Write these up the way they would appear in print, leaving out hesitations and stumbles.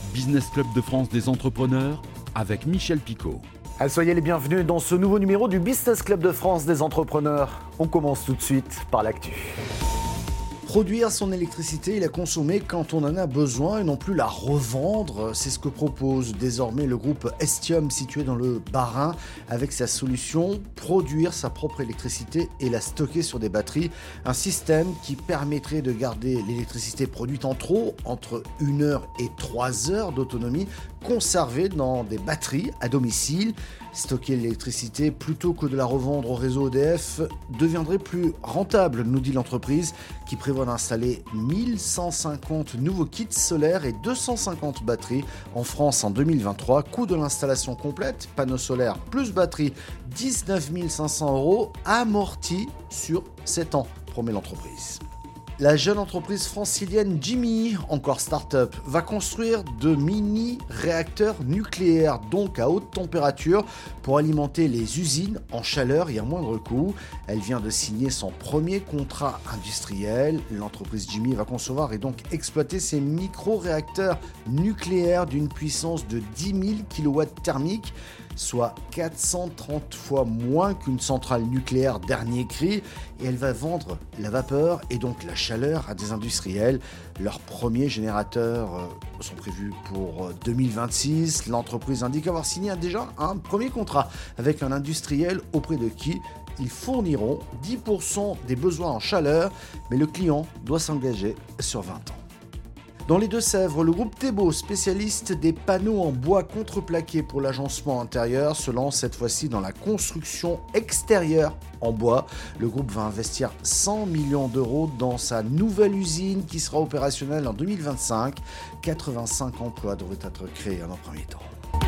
Business Club de France des entrepreneurs avec Michel Picot. Soyez les bienvenus dans ce nouveau numéro du Business Club de France des entrepreneurs. On commence tout de suite par l'actu. Produire son électricité et la consommer quand on en a besoin et non plus la revendre, c'est ce que propose désormais le groupe Estium situé dans le Bas-Rhin avec sa solution produire sa propre électricité et la stocker sur des batteries. Un système qui permettrait de garder l'électricité produite en trop entre 1 heure et 3 heures d'autonomie conservée dans des batteries à domicile. Stocker l'électricité plutôt que de la revendre au réseau EDF deviendrait plus rentable, nous dit l'entreprise qui prévoit d'installer 1150 nouveaux kits solaires et 250 batteries en France en 2023. Coût de l'installation complète, panneaux solaires plus batterie, 19 500 €, amorti sur 7 ans, promet l'entreprise. La jeune entreprise francilienne Jimmy, encore start-up, va construire de mini-réacteurs nucléaires, donc à haute température, pour alimenter les usines en chaleur et à moindre coût. Elle vient de signer son premier contrat industriel. L'entreprise Jimmy va concevoir et donc exploiter ces micro-réacteurs nucléaires d'une puissance de 10 000 kW thermiques, soit 430 fois moins qu'une centrale nucléaire dernier cri, et elle va vendre la vapeur et donc la chaleur à des industriels. Leurs premiers générateurs sont prévus pour 2026. L'entreprise indique avoir signé déjà un premier contrat avec un industriel auprès de qui ils fourniront 10% des besoins en chaleur, mais le client doit s'engager sur 20 ans. Dans les Deux-Sèvres, le groupe Thébault, spécialiste des panneaux en bois contreplaqué pour l'agencement intérieur, se lance cette fois-ci dans la construction extérieure en bois. Le groupe va investir 100 millions d'euros dans sa nouvelle usine qui sera opérationnelle en 2025. 85 emplois devraient être créés en un premier temps.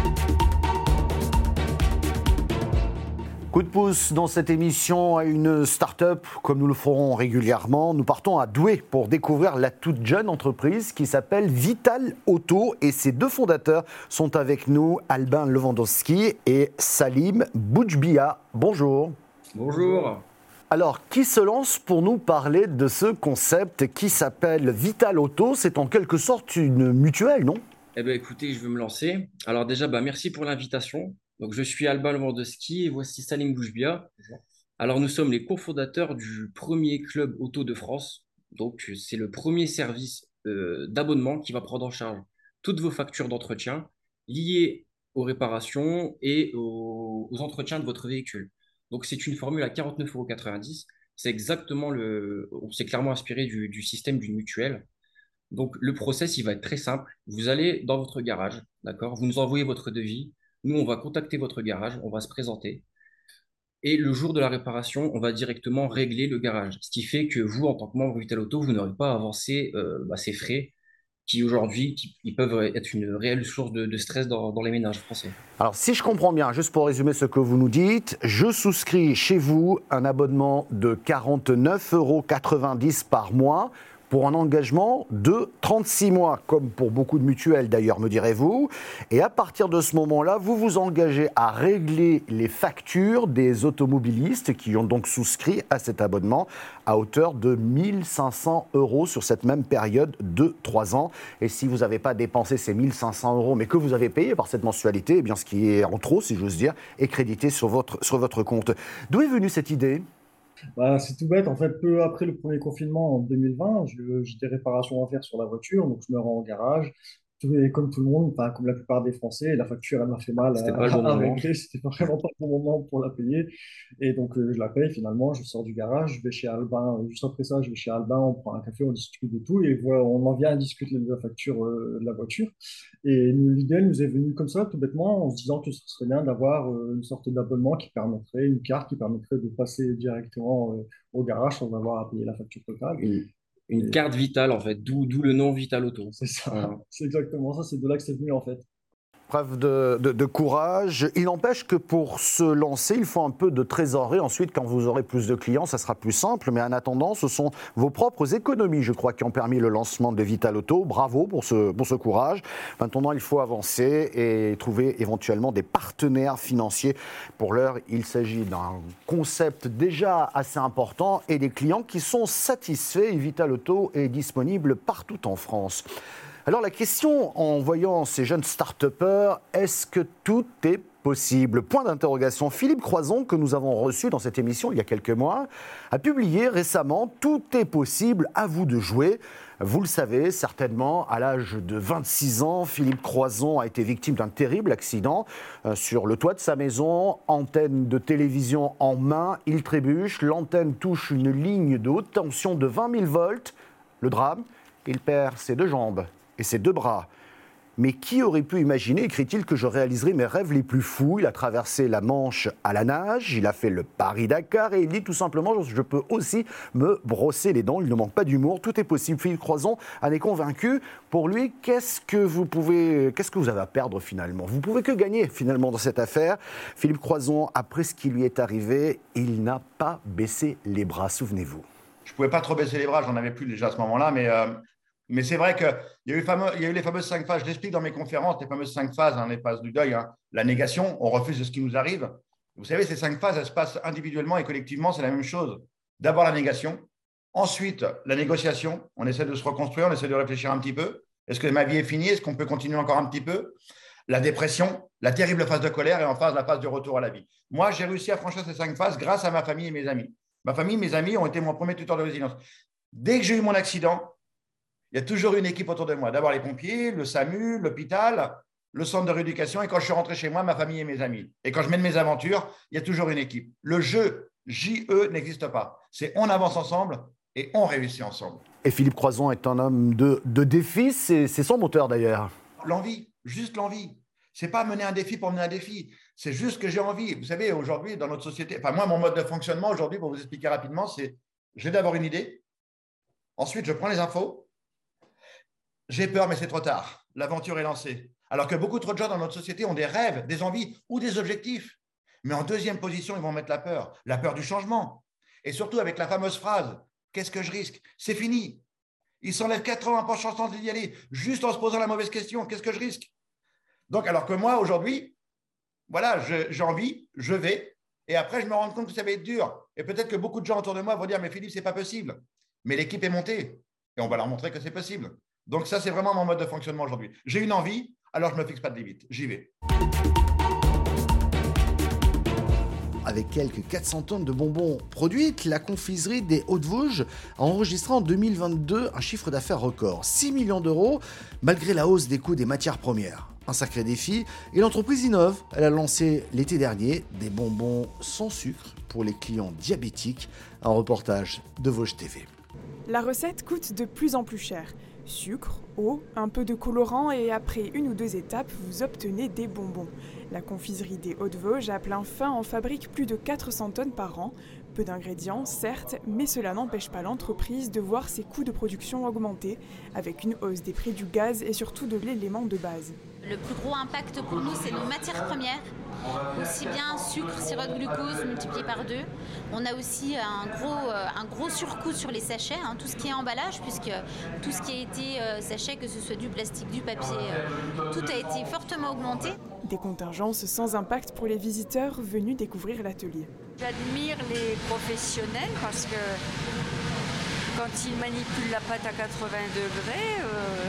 Coup de pouce dans cette émission à une start-up, comme nous le ferons régulièrement. Nous partons à Douai pour découvrir la toute jeune entreprise qui s'appelle Vital Auto. Et ses deux fondateurs sont avec nous, Albin Lewandowski et Salim Boujbia. Bonjour. Bonjour. Alors, qui se lance pour nous parler de ce concept qui s'appelle Vital Auto? C'est en quelque sorte une mutuelle, non? Eh bien, écoutez, je vais me lancer. Alors déjà, merci pour l'invitation. Donc, je suis Albin Lewandowski et voici Salim Boujbia. Alors, nous sommes les cofondateurs du premier club auto de France. Donc, c'est le premier service d'abonnement qui va prendre en charge toutes vos factures d'entretien liées aux réparations et aux entretiens de votre véhicule. Donc, c'est une formule à 49,90 €. C'est exactement on s'est clairement inspiré du système d'une mutuelle. Donc, le process, il va être très simple. Vous allez dans votre garage, d'accord? Vous nous envoyez votre devis. Nous, on va contacter votre garage, on va se présenter. Et le jour de la réparation, on va directement régler le garage. Ce qui fait que vous, en tant que membre Vital Auto, vous n'aurez pas à avancer ces frais qui, aujourd'hui, ils peuvent être une réelle source de stress dans les ménages français. Alors, si je comprends bien, juste pour résumer ce que vous nous dites, je souscris chez vous un abonnement de 49,90 € par mois pour un engagement de 36 mois, comme pour beaucoup de mutuelles d'ailleurs, me direz-vous. Et à partir de ce moment-là, vous vous engagez à régler les factures des automobilistes qui ont donc souscrit à cet abonnement à hauteur de 1 500 € sur cette même période de 3 ans. Et si vous n'avez pas dépensé ces 1 500 €, mais que vous avez payé par cette mensualité, eh bien ce qui est en trop, si j'ose dire, est crédité sur votre compte. D'où est venue cette idée ? C'est tout bête. En fait, peu après le premier confinement en 2020, j'ai des réparations à faire sur la voiture, donc je me rends au garage. Et comme tout le monde, enfin, comme la plupart des Français, la facture, elle m'a fait mal C'était pas le bon à moment. régler. C'était vraiment pas le bon moment pour la payer. Et donc, je la paye finalement. Je sors du garage, je vais chez Albin. Juste après ça, je vais chez Albin, on prend un café, on discute de tout. Et voilà, on en vient à discuter de la facture de la voiture. Et l'idée nous est venue comme ça, tout bêtement, en se disant que ce serait bien d'avoir une sorte d'abonnement qui permettrait, une carte qui permettrait de passer directement au garage sans avoir à payer la facture totale. Une carte vitale, en fait, d'où le nom Vital Auto. C'est ça, c'est exactement ça, c'est de là que c'est venu en fait. Preuve de courage. Il n'empêche que pour se lancer, il faut un peu de trésorerie. Ensuite, quand vous aurez plus de clients, ça sera plus simple. Mais en attendant, ce sont vos propres économies, je crois, qui ont permis le lancement de Vital Auto. Bravo pour ce courage. Maintenant, il faut avancer et trouver éventuellement des partenaires financiers. Pour l'heure, il s'agit d'un concept déjà assez important et des clients qui sont satisfaits. Et Vital Auto est disponible partout en France. Alors la question en voyant ces jeunes start-upers, est-ce que tout est possible? Point d'interrogation. Philippe Croison, que nous avons reçu dans cette émission il y a quelques mois, a publié récemment « Tout est possible, à vous de jouer ». Vous le savez certainement, à l'âge de 26 ans, Philippe Croison a été victime d'un terrible accident. Sur le toit de sa maison, antenne de télévision en main, il trébuche, l'antenne touche une ligne de haute tension de 20 000 volts. Le drame, il perd ses 2 jambes et ses 2 bras. Mais qui aurait pu imaginer, écrit-il, que je réaliserais mes rêves les plus fous? Il a traversé la Manche à la nage, il a fait le Paris-Dakar et il dit tout simplement « je peux aussi me brosser les dents ». Il ne manque pas d'humour, tout est possible. Philippe Croison en est convaincu. Pour lui, qu'est-ce que vous avez à perdre finalement? Vous ne pouvez que gagner finalement dans cette affaire. Philippe Croison, après ce qui lui est arrivé, il n'a pas baissé les bras, souvenez-vous. Je ne pouvais pas trop baisser les bras, j'en avais plus déjà à ce moment-là, mais c'est vrai qu'il y a eu les fameuses 5 phases. Je l'explique dans mes conférences, les fameuses 5 phases, les phases du deuil. La négation, on refuse de ce qui nous arrive. Vous savez, ces 5 phases, elles se passent individuellement et collectivement, c'est la même chose. D'abord la négation, ensuite la négociation. On essaie de se reconstruire, on essaie de réfléchir un petit peu. Est-ce que ma vie est finie? Est-ce qu'on peut continuer encore un petit peu? La dépression, la terrible phase de colère et enfin la phase de retour à la vie. Moi, j'ai réussi à franchir ces 5 phases grâce à ma famille et mes amis. Ma famille, mes amis ont été mon premier tuteur de résilience. Dès que j'ai eu mon accident, il y a toujours une équipe autour de moi. D'abord les pompiers, le SAMU, l'hôpital, le centre de rééducation. Et quand je suis rentré chez moi, ma famille et mes amis. Et quand je mène mes aventures, il y a toujours une équipe. Le jeu, J-E, n'existe pas. C'est on avance ensemble et on réussit ensemble. Et Philippe Croison est un homme de défis, c'est son moteur d'ailleurs. L'envie, juste l'envie. Ce n'est pas mener un défi pour mener un défi. C'est juste que j'ai envie. Vous savez, aujourd'hui, dans notre société, moi, mon mode de fonctionnement aujourd'hui, pour vous expliquer rapidement, c'est j'ai d'abord une idée. Ensuite, je prends les infos. J'ai peur, mais c'est trop tard. L'aventure est lancée. Alors que beaucoup trop de gens dans notre société ont des rêves, des envies ou des objectifs. Mais en deuxième position, ils vont mettre la peur du changement. Et surtout avec la fameuse phrase « Qu'est-ce que je risque ?» C'est fini. Ils s'enlèvent 80% de chances d'y aller, juste en se posant la mauvaise question « Qu'est-ce que je risque ?» Donc, alors que moi, aujourd'hui, voilà, j'ai envie, je vais. Et après, je me rends compte que ça va être dur. Et peut-être que beaucoup de gens autour de moi vont dire « Mais Philippe, ce n'est pas possible. » Mais l'équipe est montée. Et on va leur montrer que c'est possible. Donc ça, c'est vraiment mon mode de fonctionnement aujourd'hui. J'ai une envie, alors je ne me fixe pas de limite. J'y vais. Avec quelques 400 tonnes de bonbons produites, la confiserie des Hauts-de-Vosges a enregistré en 2022 un chiffre d'affaires record, 6 millions d'euros, malgré la hausse des coûts des matières premières. Un sacré défi, et l'entreprise innove. Elle a lancé l'été dernier des bonbons sans sucre pour les clients diabétiques. Un reportage de Vosges TV. La recette coûte de plus en plus cher. Sucre, eau, un peu de colorant et après 1 ou 2 étapes, vous obtenez des bonbons. La confiserie des Hauts-de-Vosges à plein fin en fabrique plus de 400 tonnes par an. Peu d'ingrédients, certes, mais cela n'empêche pas l'entreprise de voir ses coûts de production augmenter, avec une hausse des prix du gaz et surtout de l'élément de base. Le plus gros impact pour nous, c'est nos matières premières. Aussi bien sucre, sirop de glucose multiplié par 2. On a aussi un gros surcoût sur les sachets, tout ce qui est emballage, puisque tout ce qui a été sachet, que ce soit du plastique, du papier, tout a été fortement augmenté. Des contingences sans impact pour les visiteurs venus découvrir l'atelier. J'admire les professionnels parce que quand ils manipulent la pâte à 80 degrés,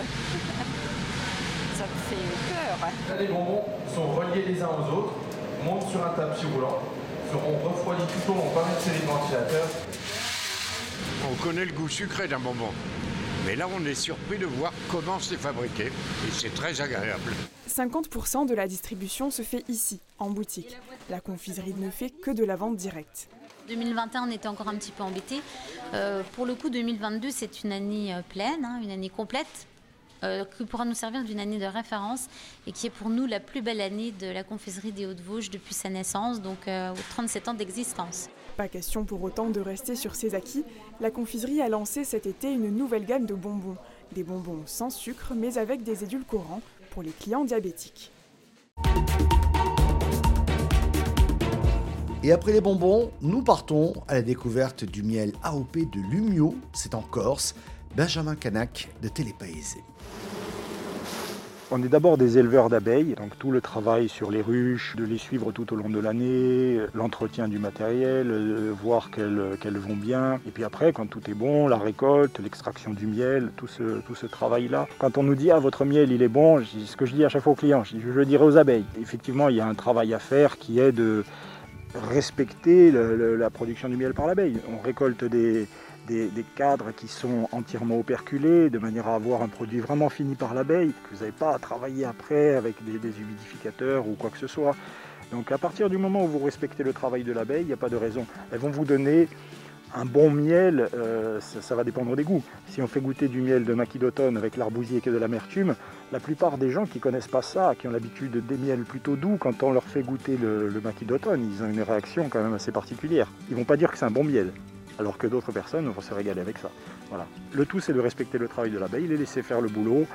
ça me fait peur. Les bonbons sont reliés les uns aux autres, montent sur un tapis roulant, seront refroidis tout au long par une série de ventilateurs. On connaît le goût sucré d'un bonbon, mais là on est surpris de voir comment c'est fabriqué et c'est très agréable. 50% de la distribution se fait ici, en boutique. La confiserie ne fait que de la vente directe. 2021, on était encore un petit peu embêtés. Pour le coup, 2022, c'est une année pleine, une année complète, qui pourra nous servir d'une année de référence et qui est pour nous la plus belle année de la confiserie des Hauts-de-Vosges depuis sa naissance, donc 37 ans d'existence. Pas question pour autant de rester sur ses acquis. La confiserie a lancé cet été une nouvelle gamme de bonbons. Des bonbons sans sucre, mais avec des édulcorants pour les clients diabétiques. Et après les bonbons, nous partons à la découverte du miel AOP de Lumio, c'est en Corse, Benjamin Canac de Télépaïsé. On est d'abord des éleveurs d'abeilles, donc tout le travail sur les ruches, de les suivre tout au long de l'année, l'entretien du matériel, voir qu'elles vont bien. Et puis après, quand tout est bon, la récolte, l'extraction du miel, tout ce travail-là. Quand on nous dit « Ah, votre miel, il est bon », ce que je dis à chaque fois aux clients, je le dirai aux abeilles. Effectivement, il y a un travail à faire qui est de respecter la production du miel par l'abeille. On récolte des cadres qui sont entièrement operculés, de manière à avoir un produit vraiment fini par l'abeille, que vous n'avez pas à travailler après avec des humidificateurs ou quoi que ce soit. Donc à partir du moment où vous respectez le travail de l'abeille, il n'y a pas de raison. Elles vont vous donner un bon miel, ça va dépendre des goûts. Si on fait goûter du miel de maquis d'automne avec l'arbousier qui est de l'amertume, la plupart des gens qui ne connaissent pas ça, qui ont l'habitude des miels plutôt doux, quand on leur fait goûter le maquis d'automne, ils ont une réaction quand même assez particulière. Ils ne vont pas dire que c'est un bon miel, alors que d'autres personnes vont se régaler avec ça. Voilà. Le tout, c'est de respecter le travail de l'abeille, les laisser faire le boulot.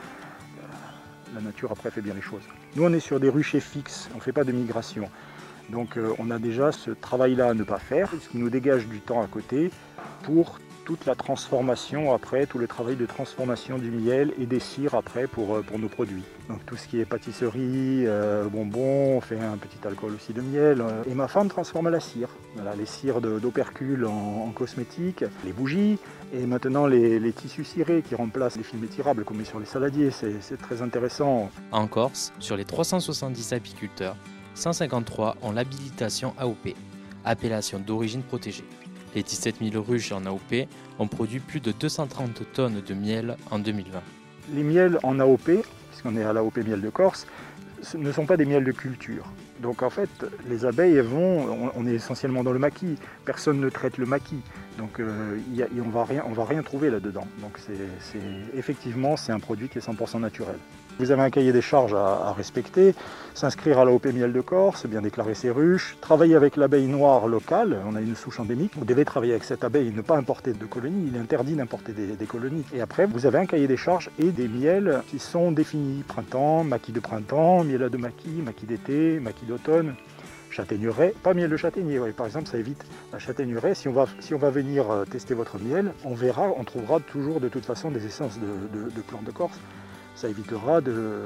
La nature, après, fait bien les choses. Nous, on est sur des ruchers fixes, on ne fait pas de migration. Donc, on a déjà ce travail-là à ne pas faire, ce qui nous dégage du temps à côté pour toute la transformation après, tout le travail de transformation du miel et des cires après pour nos produits. Donc tout ce qui est pâtisserie, bonbons, on fait un petit alcool aussi de miel. Et ma femme transforme la cire. Voilà, les cires d'opercule en cosmétiques, les bougies et maintenant les tissus cirés qui remplacent les films étirables qu'on met sur les saladiers. C'est très intéressant. En Corse, sur les 370 apiculteurs, 153 ont l'habilitation AOP, appellation d'origine protégée. Les 17 000 ruches en AOP ont produit plus de 230 tonnes de miel en 2020. Les miels en AOP, puisqu'on est à l'AOP miel de Corse, ne sont pas des miels de culture. Donc en fait, les abeilles on est essentiellement dans le maquis. Personne ne traite le maquis. Donc on va rien trouver là-dedans. Donc effectivement, c'est un produit qui est 100% naturel. Vous avez un cahier des charges à respecter, s'inscrire à l'AOP miel de Corse, bien déclarer ses ruches, travailler avec l'abeille noire locale, on a une souche endémique, vous devez travailler avec cette abeille, ne pas importer de colonies, il est interdit d'importer des colonies. Et après, vous avez un cahier des charges et des miels qui sont définis, printemps, maquis de printemps, miel à deux maquis d'été, maquis d'automne. Châtaigneraie, pas miel de châtaignier, par exemple, ça évite la châtaigneraie. Si on va venir tester votre miel, on trouvera toujours de toute façon des essences de plantes de Corse. Ça évitera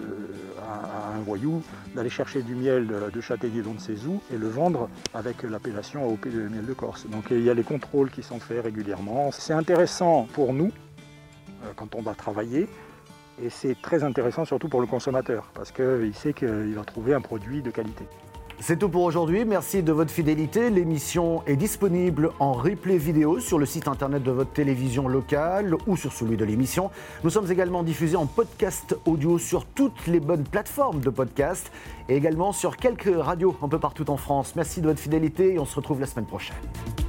à un voyou d'aller chercher du miel de châtaignier d'on ne sait où et le vendre avec l'appellation AOP de miel de Corse. Donc il y a les contrôles qui sont faits régulièrement. C'est intéressant pour nous quand on va travailler et c'est très intéressant surtout pour le consommateur parce qu'il sait qu'il va trouver un produit de qualité. C'est tout pour aujourd'hui, merci de votre fidélité. L'émission est disponible en replay vidéo sur le site internet de votre télévision locale ou sur celui de l'émission. Nous sommes également diffusés en podcast audio sur toutes les bonnes plateformes de podcast et également sur quelques radios un peu partout en France. Merci de votre fidélité et on se retrouve la semaine prochaine.